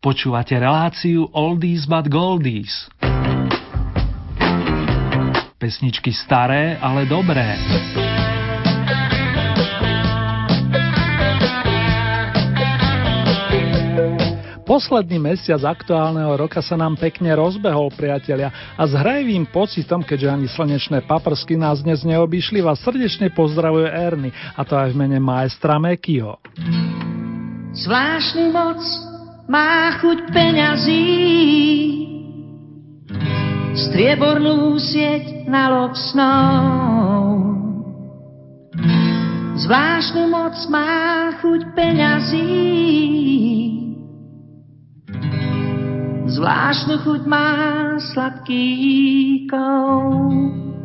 Počúvate reláciu Oldies but Goldies. Pesničky staré, ale dobré. Posledný mesiac aktuálneho roka sa nám pekne rozbehol, priatelia, a s hrajivým pocitom, keďže ani slnečné paprsky nás dnes neobyšli, vás srdečne pozdravuje Erny, a to aj v mene maestra Mekyho. Zvláštnu moc má chuť peňazí, striebornú sieť na loď snov. Zvláštnu moc má chuť peňazí, zvláštnu chuť má sladkýkov.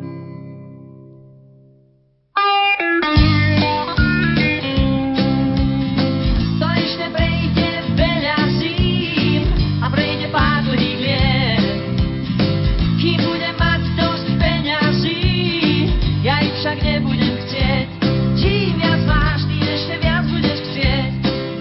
To ešte prejde veľa zím a prejde pár dlhých liet, kým budem mať dosť peňazí, ja ich však nebudem chcieť. Čím viac máš, tým ešte viac budeš chcieť.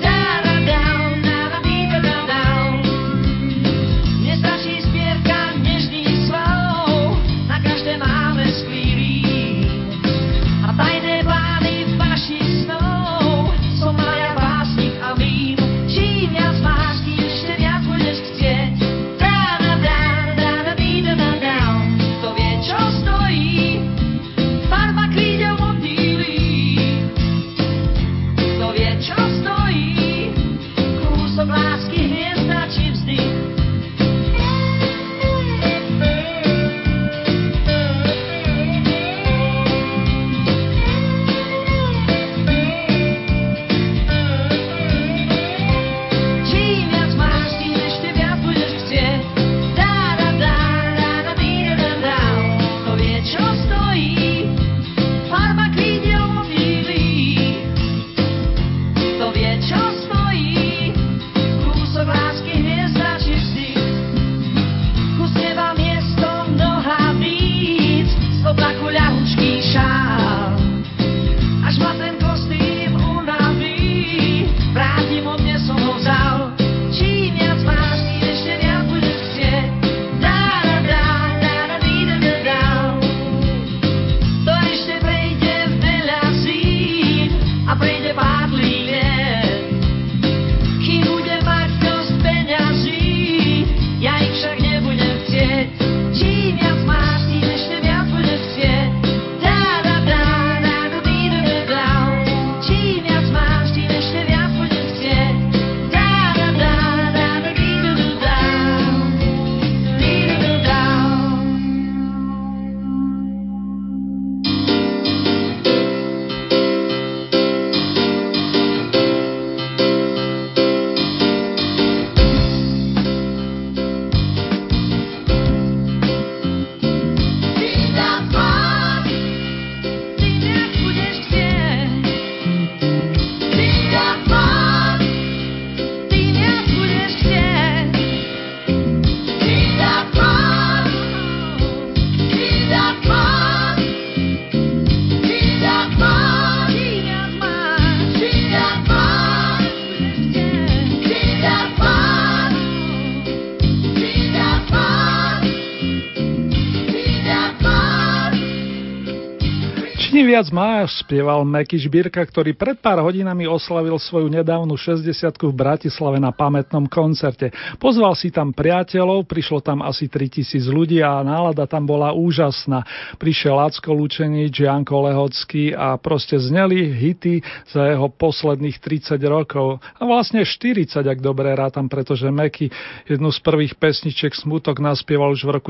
Viac máš, spieval Meky Žbírka, ktorý pred pár hodinami oslavil svoju nedávnu 60-ku v Bratislave na pamätnom koncerte. Pozval si tam priateľov, prišlo tam asi 3000 ľudí a nálada tam bola úžasná. Prišiel Lacko Lučenič, Janko Lehocký a proste zneli hity za jeho posledných 30 rokov. A vlastne 40, ak dobre rátam, pretože Meky jednu z prvých pesničiek Smutok naspieval už v roku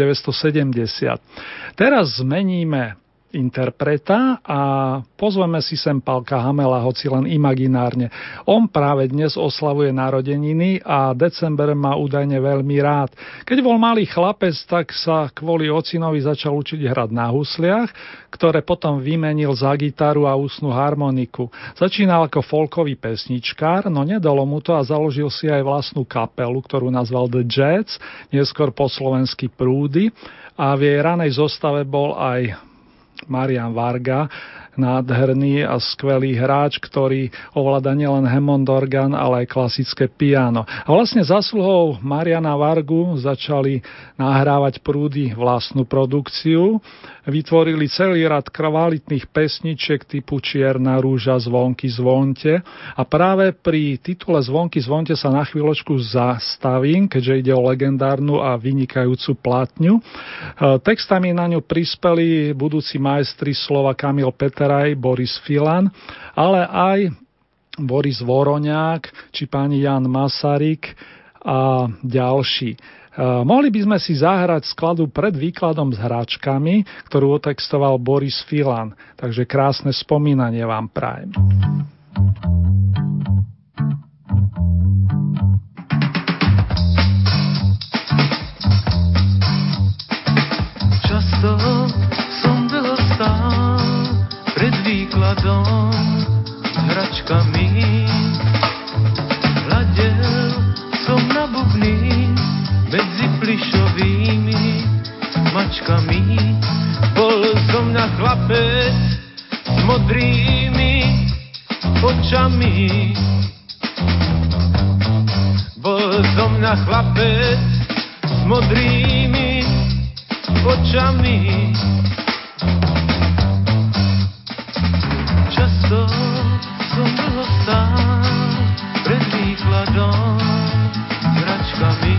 1970. Teraz zmeníme interpreta a pozveme si sem Pálka Hamela, hoci len imaginárne. On práve dnes oslavuje narodeniny a december má údajne veľmi rád. Keď bol malý chlapec, tak sa kvôli ocinovi začal učiť hrať na husliach, ktoré potom vymenil za gitaru a ústnu harmoniku. Začínal ako folkový pesničkár, no nedalo mu to a založil si aj vlastnú kapelu, ktorú nazval The Jets, neskôr po slovensky Prúdy, a v jej ranej zostave bol aj Marian Varga, nádherný a skvelý hráč, ktorý ovláda nielen Hammond orgán, ale aj klasické piano. A vlastne zásluhou Mariana Vargu začali nahrávať prúdy vlastnú produkciu. Vytvorili celý rad kvalitných pesničiek typu Čierna rúža, Zvonky zvonte. A práve pri titule Zvonky zvonte sa na chvíľočku zastavím, keďže ide o legendárnu a vynikajúcu platňu. Textami na ňu prispeli budúci majstri slova Kamil Peteraj, Boris Filan, ale aj Boris Voroňák či pani Jan Masaryk a ďalší. Mohli by sme si zahrať skladbu Pred výkladom s hračkami, ktorú otextoval Boris Filan. Takže krásne spomínanie vám prajem. Často som dlho stál pred výkladom s hračkami. Hľadel som na bubny medzi plišovými mačkami. Bol som na chlapec s modrými očami. Bol som na chlapec s modrými očami. Často som dlho stál pred výkladom s hračkami.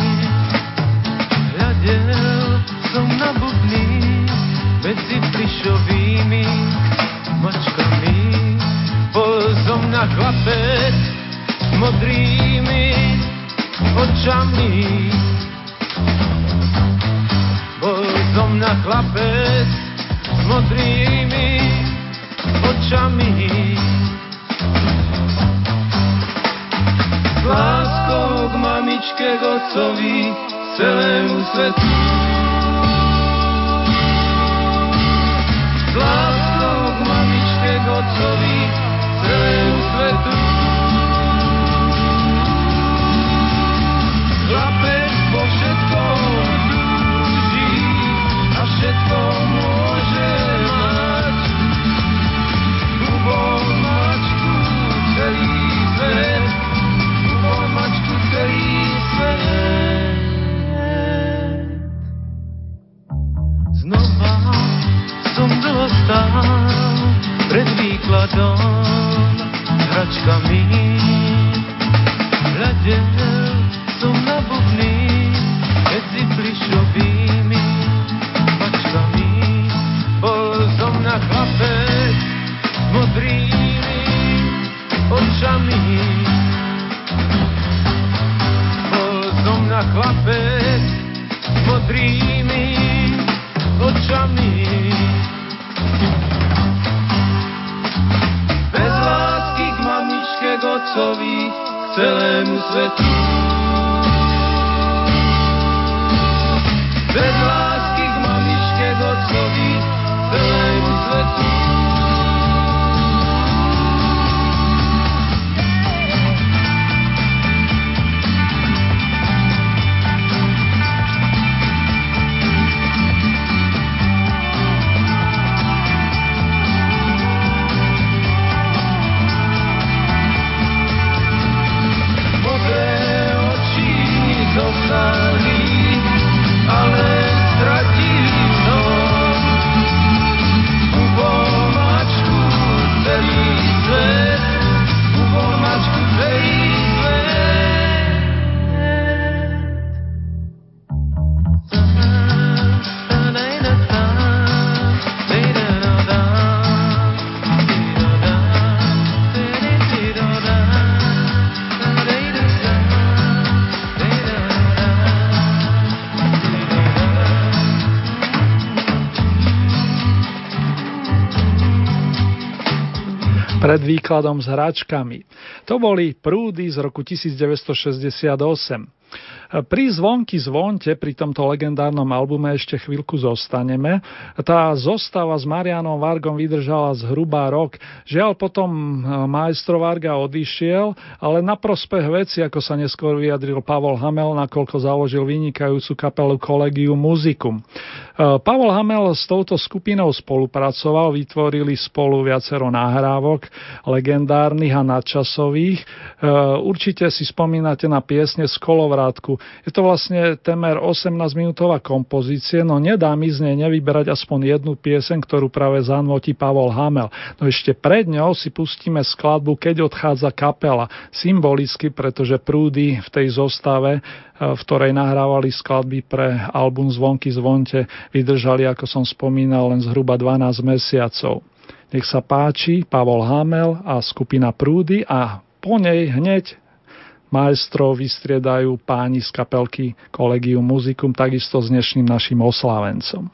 Hľadel som na bubny medzi plišovými mačkami. Bol som na chlapec s modrými očami. Bol som na chlapec s modrými očami. S láskou k mamičke, k otcovi, celému svetu. S láskou k mamičke, k otcovi, celému svetu. Chlapec po všetkom túži a všetko môže mať. Ubol mačku celý svet, ubol mačku celý svet. Znova som dlho stál pred výkladom hračkami. Hľadel som na bubny medzi plišovými mačkami. Bol som na chlapec s modrými očami. Bol som na chlapec s modrými očami. Bez lásky k mamičke, k otcovi, k celému svetu. Bez lásky k mamičke, k otcovi, k celému svetu. Ale stratili som ubol mačku celý svet, ubol mačku celý svet. Pred výkladom s hračkami. To boli prúdy z roku 1968. Pri Zvonky zvonte, pri tomto legendárnom albume ešte chvíľku zostaneme. Tá zostava s Marianom Vargom vydržala zhruba rok. Žiaľ, potom maestro Varga odišiel, ale na prospech veci, ako sa neskôr vyjadril Pavol Hamel, nakoľko založil vynikajúcu kapelu Collegium Musicum. Pavol Hamel s touto skupinou spolupracoval, vytvorili spolu viacero nahrávok, legendárnych a nadčasových. Určite si spomínate na piesne z Kolovrátku. Je to vlastne temer 18-minútová kompozícia, no nedá mi z nej nevyberať aspoň jednu pieseň, ktorú práve zanvotí Pavol Hamel. No ešte pred ňou si pustíme skladbu Keď odchádza kapela. Symbolicky, pretože prúdy v tej zostave, v ktorej nahrávali skladby pre album Zvonky zvonte, vydržali, ako som spomínal, len zhruba 12 mesiacov. Nech sa páči, Pavol Hamel a skupina Prúdy a po nej hneď maestro vystriedajú páni z kapelky Collegium Musicum, takisto s dnešným našim oslávencom.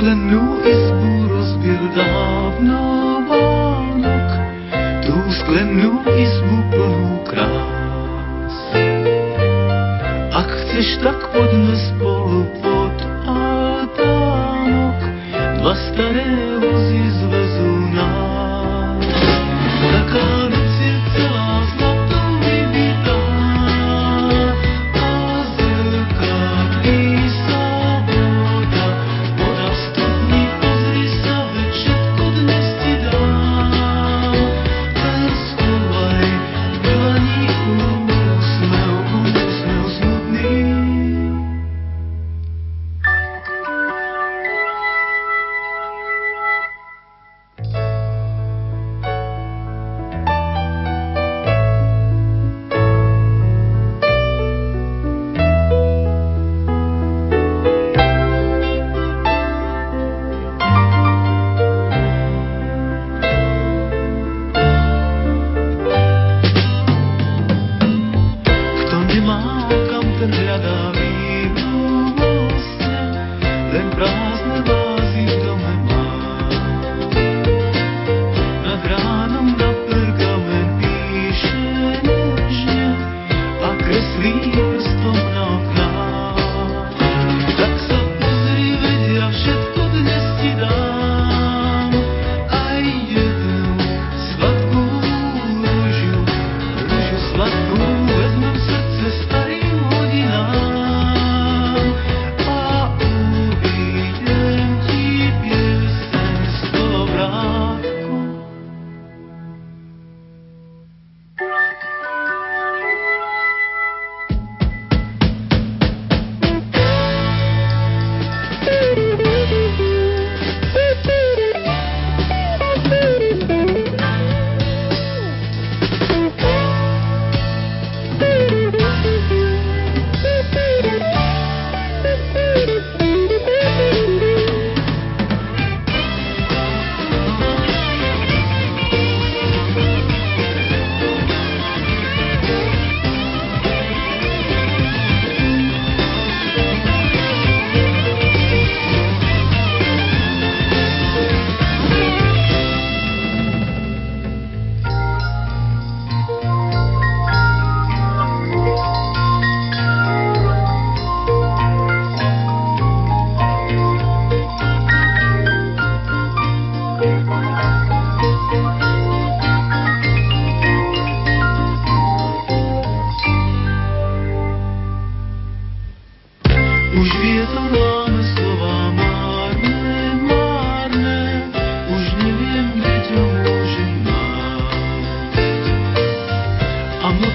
sklenou izbu rozbil dávno Vánok. Tu sklenou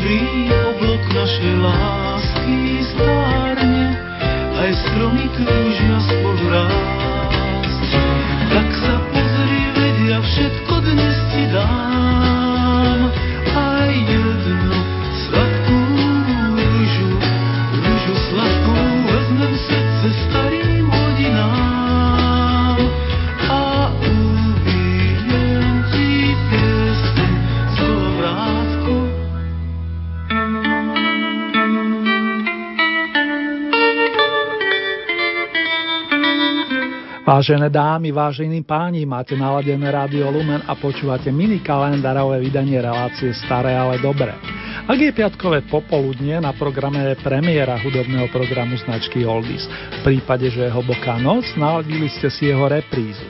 modrý oblok našej lásky stárne, aj stromy túžia spolu rásť. Tak sa pozri, veď ja všetko dnes ti dám, aj jednu sladkú ružu, ružu sladkú vezmem srdce starým hodinám a ubijem ti pieseň z kolovrátku. Vážené dámy, vážení páni, máte naladené Rádio Lumen a počúvate mini kalendárové vydanie relácie Staré, ale dobré. Ak je piatkové popoludnie, na programe je premiéra hudobného programu značky Oldies. V prípade, že je hlboká noc, naladili ste si jeho reprízu.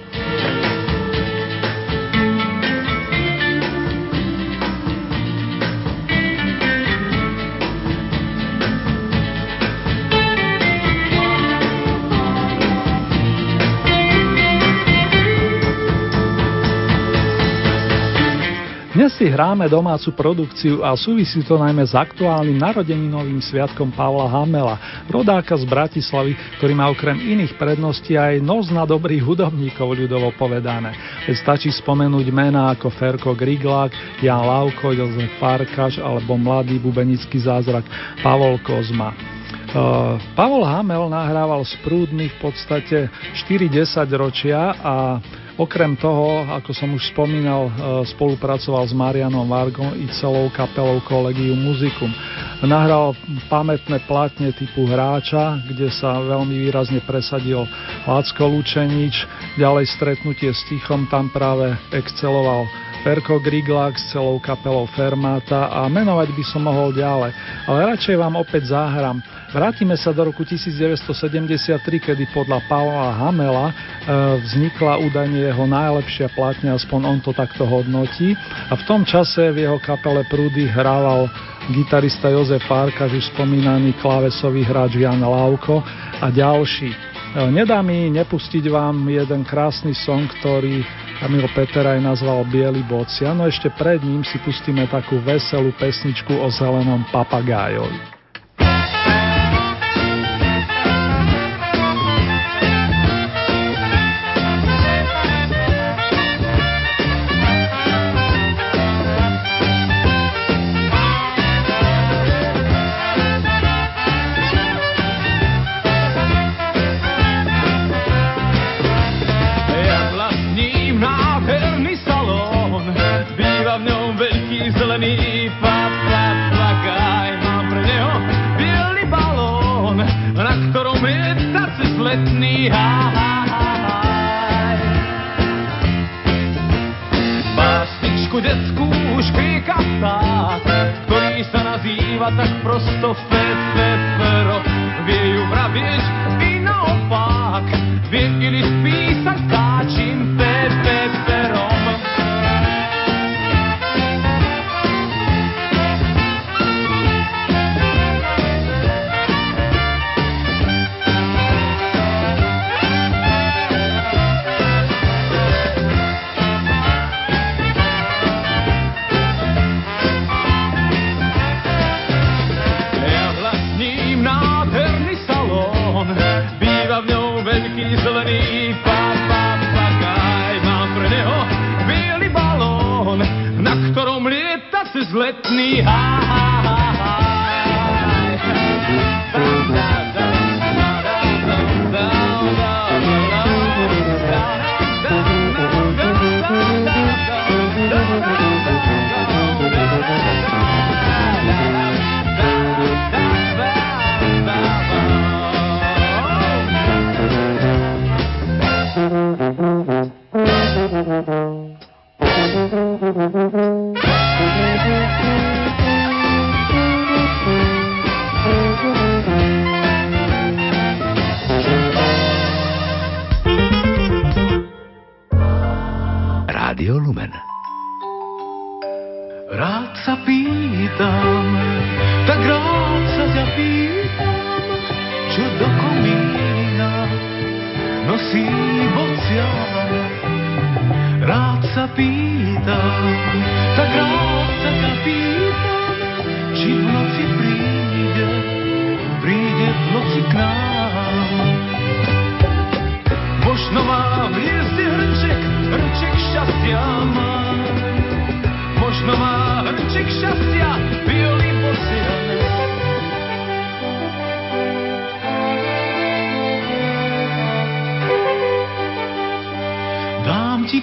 Dnes si hráme domácu produkciu a súvisí to najmä s aktuálnym narodeninovým sviatkom Pavla Hamela, rodáka z Bratislavy, ktorý má okrem iných predností aj nos na dobrých hudobníkov, ľudovo povedané. Veď stačí spomenúť mená ako Ferko Griglák, Jan Lauko, Jozef Farkáš alebo mladý bubenický zázrak Pavol Kozma. Pavol Hamel nahrával s prúdmi v podstate 4-10 ročia a okrem toho, ako som už spomínal, spolupracoval s Marianom Vargom i celou kapelou Collegium Musicum. Nahral pamätné platne typu Hráča, kde sa veľmi výrazne presadil Lacko Lučenič, ďalej Stretnutie s tichom, tam práve exceloval Ferko Griglák s celou kapelou Fermáta a menovať by som mohol ďalej, ale radšej vám opäť zahrám. Vrátime sa do roku 1973, kedy podľa Pavla Hamela vznikla údajne jeho najlepšia platňa, aspoň on to takto hodnotí. A v tom čase v jeho kapele Prúdy hrával gitarista Jozef Farkáš, už spomínaný klávesový hráč Jan Lauko a ďalší. Nedá mi nepustiť vám jeden krásny song, ktorý Kamil Peter aj nazval Bielý bocian, no ešte pred ním si pustíme takú veselú pesničku o zelenom papagájovi. Zelený papagaj, mám pre neho bielý balón, na ktorom lieta cez letný háj. Básničku detskú škrieka vták, ktorý sa nazýva tak prosto Fefefero. Vie ju pravieť i naopak, vie i list písať vtáčim Fefeferom. Zelený papagaj, mám pre neho bielý balón, na ktorom lieta cez letný háj. Rádio Lumen. Rád sa pýtam, tak rád sa ťa pýtam, čo do komína nosí bocian. Rád sa pýtam, tak rád sa ťa pýtam, či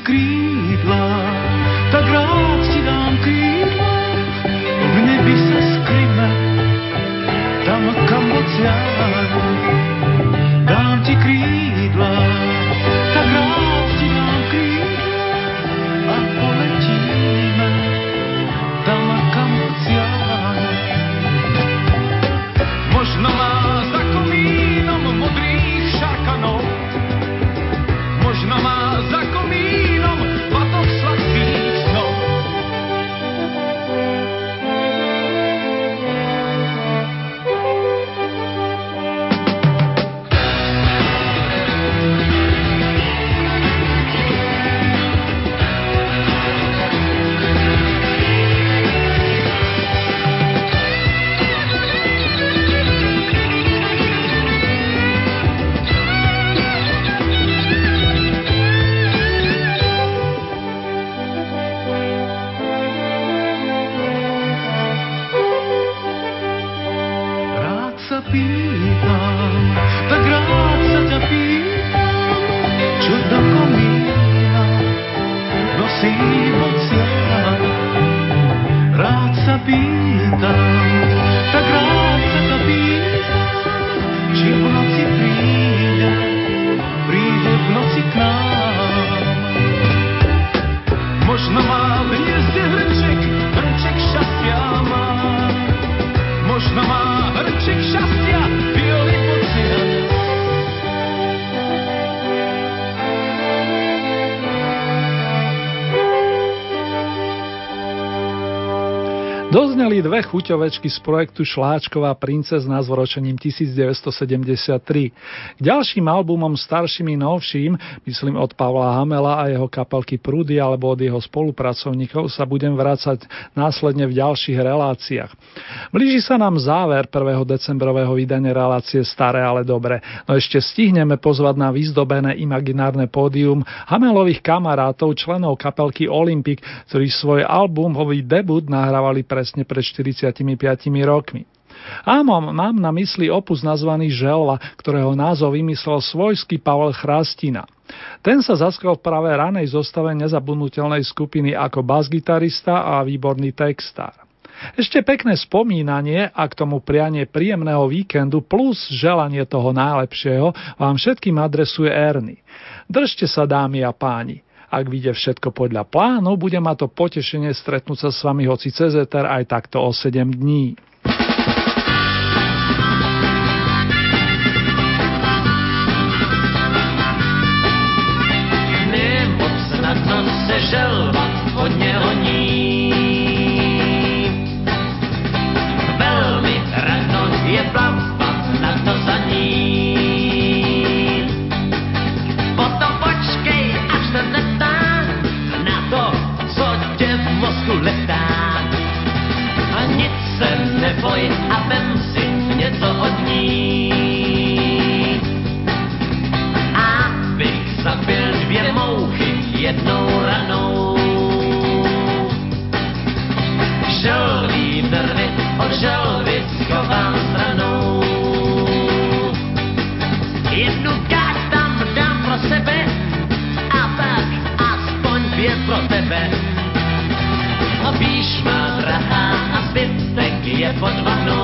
krídla, tak rád ti dám krídla. V nebi sa skryme, tam kam oceán. Dám ti krídla, tak rád ti dám krídla a poletíme tam kam oceán. Možno má za komínom modrých šarkanov, možno má za komínom batoh sladkých snov. Pýtam, tak rád sa ťa pýtam, čo do komína nosí oceán. Rád sa pýtam, tak rád sa ťa pýtam, či v noci príde v noci k nám. Možno má v hniezde hrnček šťastia má. Možno má hrnček šťastia, violy pocian. Dozneli dve chuťovečky z projektu Šláčková princezna s vročením 1973. K ďalším albumom starším i novším, myslím od Pavla Hamela a jeho kapelky Prúdy alebo od jeho spolupracovníkov, sa budem vracať následne v ďalších reláciách. Blíži sa nám záver 1. decembrového vydania relácie Staré, ale dobre, no ešte stihneme pozvať na vyzdobené imaginárne pódium Hamelových kamarátov, členov kapelky Olympic, ktorí svoj albumový debut nahrávali presne pred 45 rokmi. Áno, mám na mysli opus nazvaný Želva, ktorého názov vymyslel svojský Pavel Chrastina. Ten sa zaskal v práve ranej zostave nezabudnutelnej skupiny ako basgitarista a výborný textár. Ešte pekné spomínanie a k tomu prianie príjemného víkendu plus želanie toho najlepšieho vám všetkým adresuje Erny. Držte sa, dámy a páni. Ak vyjde všetko podľa plánu, bude ma to potešenie stretnúť sa s vami hoci cez éter aj takto o 7 dní. Nemoc snadno se želva hodně honí. Velmi radno je plavat na to za ní. Potom počkej, až ten letá na to, co tě v mozku letá. A nic se neboj a vem si něco od ní. Abych zabil 2 mouchy jednou ranou. Želví nervy od želvy schovám stranou. Jednu káč tam dám pro sebe a tak aspoň 2 pro tebe. A píš má drahá a zbytek je pod vanou.